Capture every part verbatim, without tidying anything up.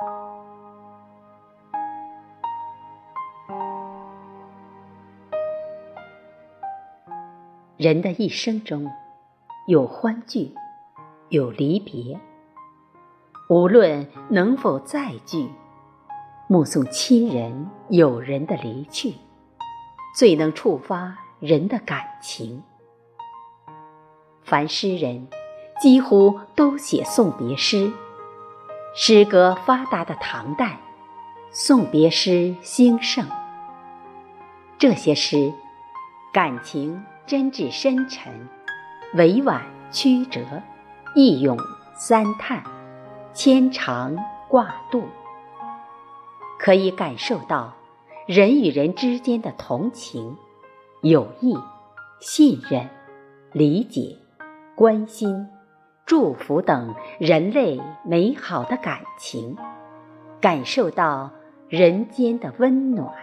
人的一生中，有欢聚，有离别。无论能否再聚，目送亲人、友人的离去，最能触发人的感情。凡诗人几乎都写送别诗，诗歌发达的唐代，送别诗兴盛。这些诗感情真挚深沉，委婉曲折，义咏三叹，牵肠挂肚，可以感受到人与人之间的同情、友谊、信任、理解、关心、祝福等人类美好的感情，感受到人间的温暖。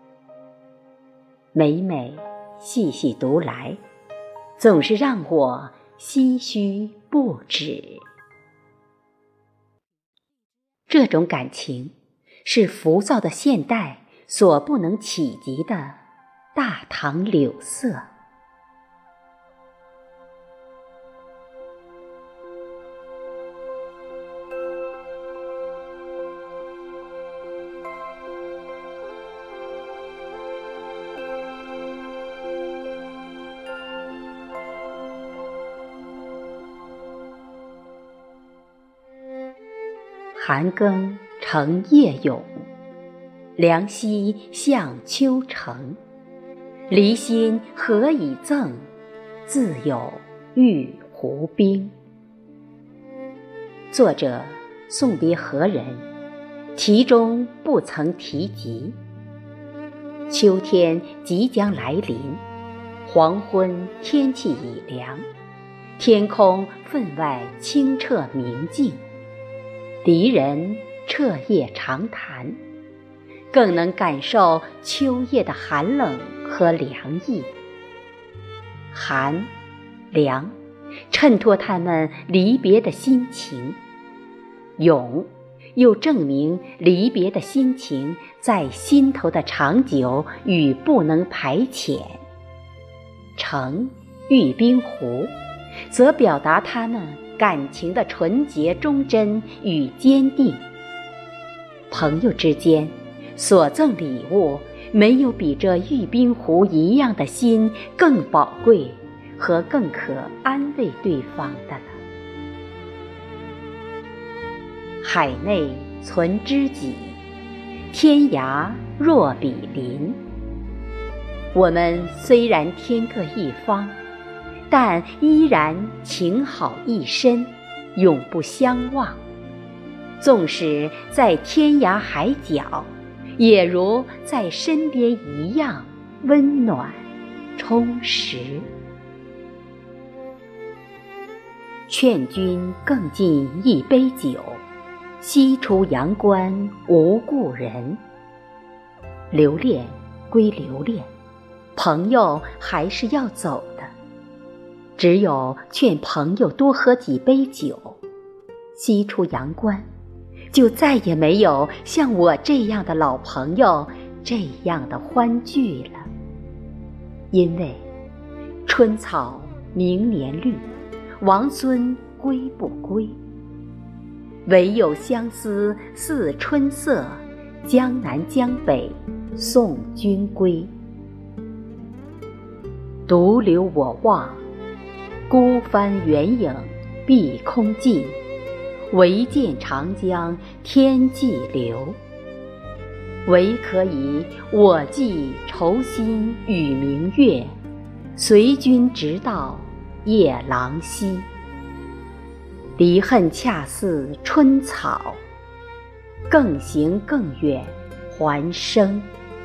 每每细细读来，总是让我唏嘘不止。这种感情是浮躁的现代所不能企及的大唐柳色。寒耕成夜咏，凉溪向秋城。离心何以赠？自有玉壶冰。作者送别何人，题中不曾提及。秋天即将来临，黄昏天气已凉，天空分外清澈明净。离人彻夜长谈，更能感受秋夜的寒冷和凉意。寒、凉，衬托他们离别的心情；咏，又证明离别的心情在心头的长久与不能排遣。成、玉冰壶，则表达他们感情的纯洁忠贞与坚定。朋友之间所赠礼物，没有比这玉冰壶一样的心更宝贵和更可安慰对方的了。海内存知己，天涯若比邻。我们虽然天各一方，但依然情好意深，永不相忘。纵使在天涯海角，也如在身边一样温暖充实。劝君更尽一杯酒，西出阳关无故人。留恋归留恋，朋友还是要走的。只有劝朋友多喝几杯酒，西出阳关，就再也没有像我这样的老朋友这样的欢聚了。因为春草明年绿，王孙归不归？唯有相思似春色，江南江北送君归。独留我望，孤帆远影碧空尽，唯见长江天际流。唯可以我寄愁心与明月，随君直到夜郎西。离恨恰似春草，更行更远还生。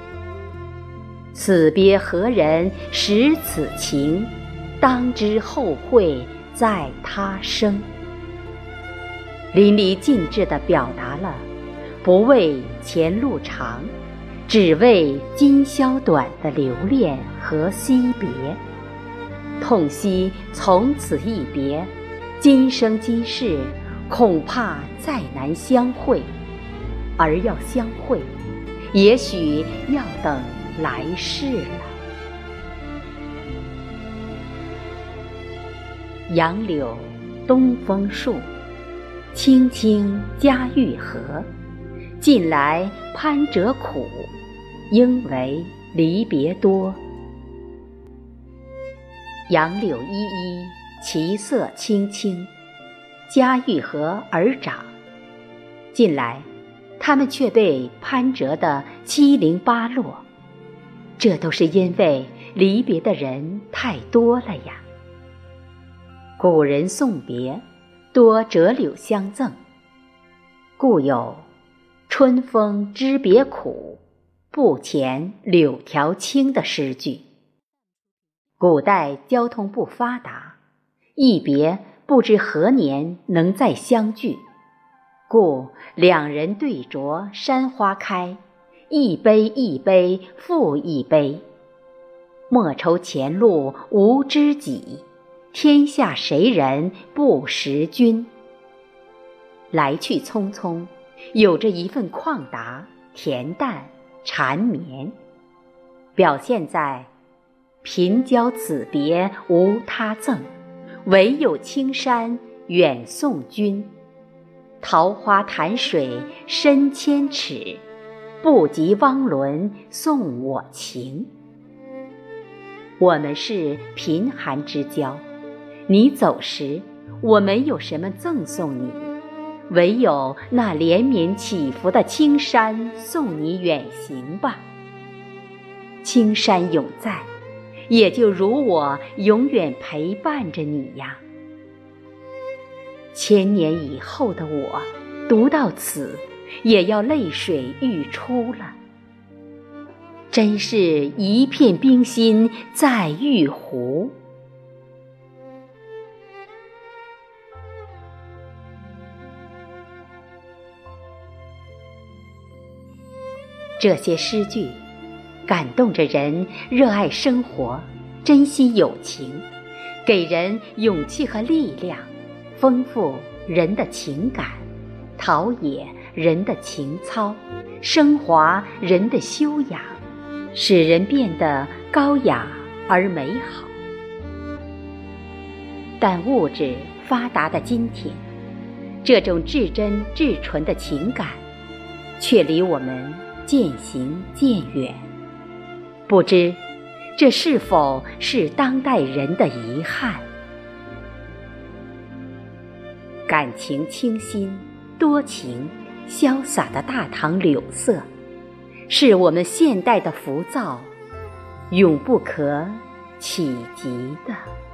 此别何人识此情，当知后会在他生。淋漓尽致地表达了不为前路长，只为今宵短的留恋和惜别。痛惜从此一别，今生今世恐怕再难相会。 而要相会，也许要等来世了。杨柳东风树，青青家玉河。近来攀折苦，应为离别多。杨柳依依，其色青青，家玉河而长。近来它们却被攀折得七零八落，这都是因为离别的人太多了呀。古人送别多折柳相赠，故有春风知别苦，不遣柳条青的诗句。古代交通不发达，一别不知何年能再相聚，故两人对酌山花开，一杯一杯复一杯。莫愁前路无知己，天下谁人不识君。来去匆匆，有着一份旷达、恬淡、缠绵，表现在贫交此别无他赠，唯有青山远送君。桃花潭水深千尺，不及汪伦送我情。我们是贫寒之交，你走时，我没有什么赠送你，唯有那连绵起伏的青山送你远行吧。青山永在，也就如我永远陪伴着你呀。千年以后的我，读到此，也要泪水欲出了。真是一片冰心在玉壶。这些诗句感动着人热爱生活，珍惜友情，给人勇气和力量，丰富人的情感，陶冶人的情操，升华人的修养，使人变得高雅而美好。但物质发达的今天，这种至真至纯的情感却离我们渐行渐远，不知这是否是当代人的遗憾？感情清新、多情、潇洒的大唐柳色，是我们现代的浮躁永不可企及的。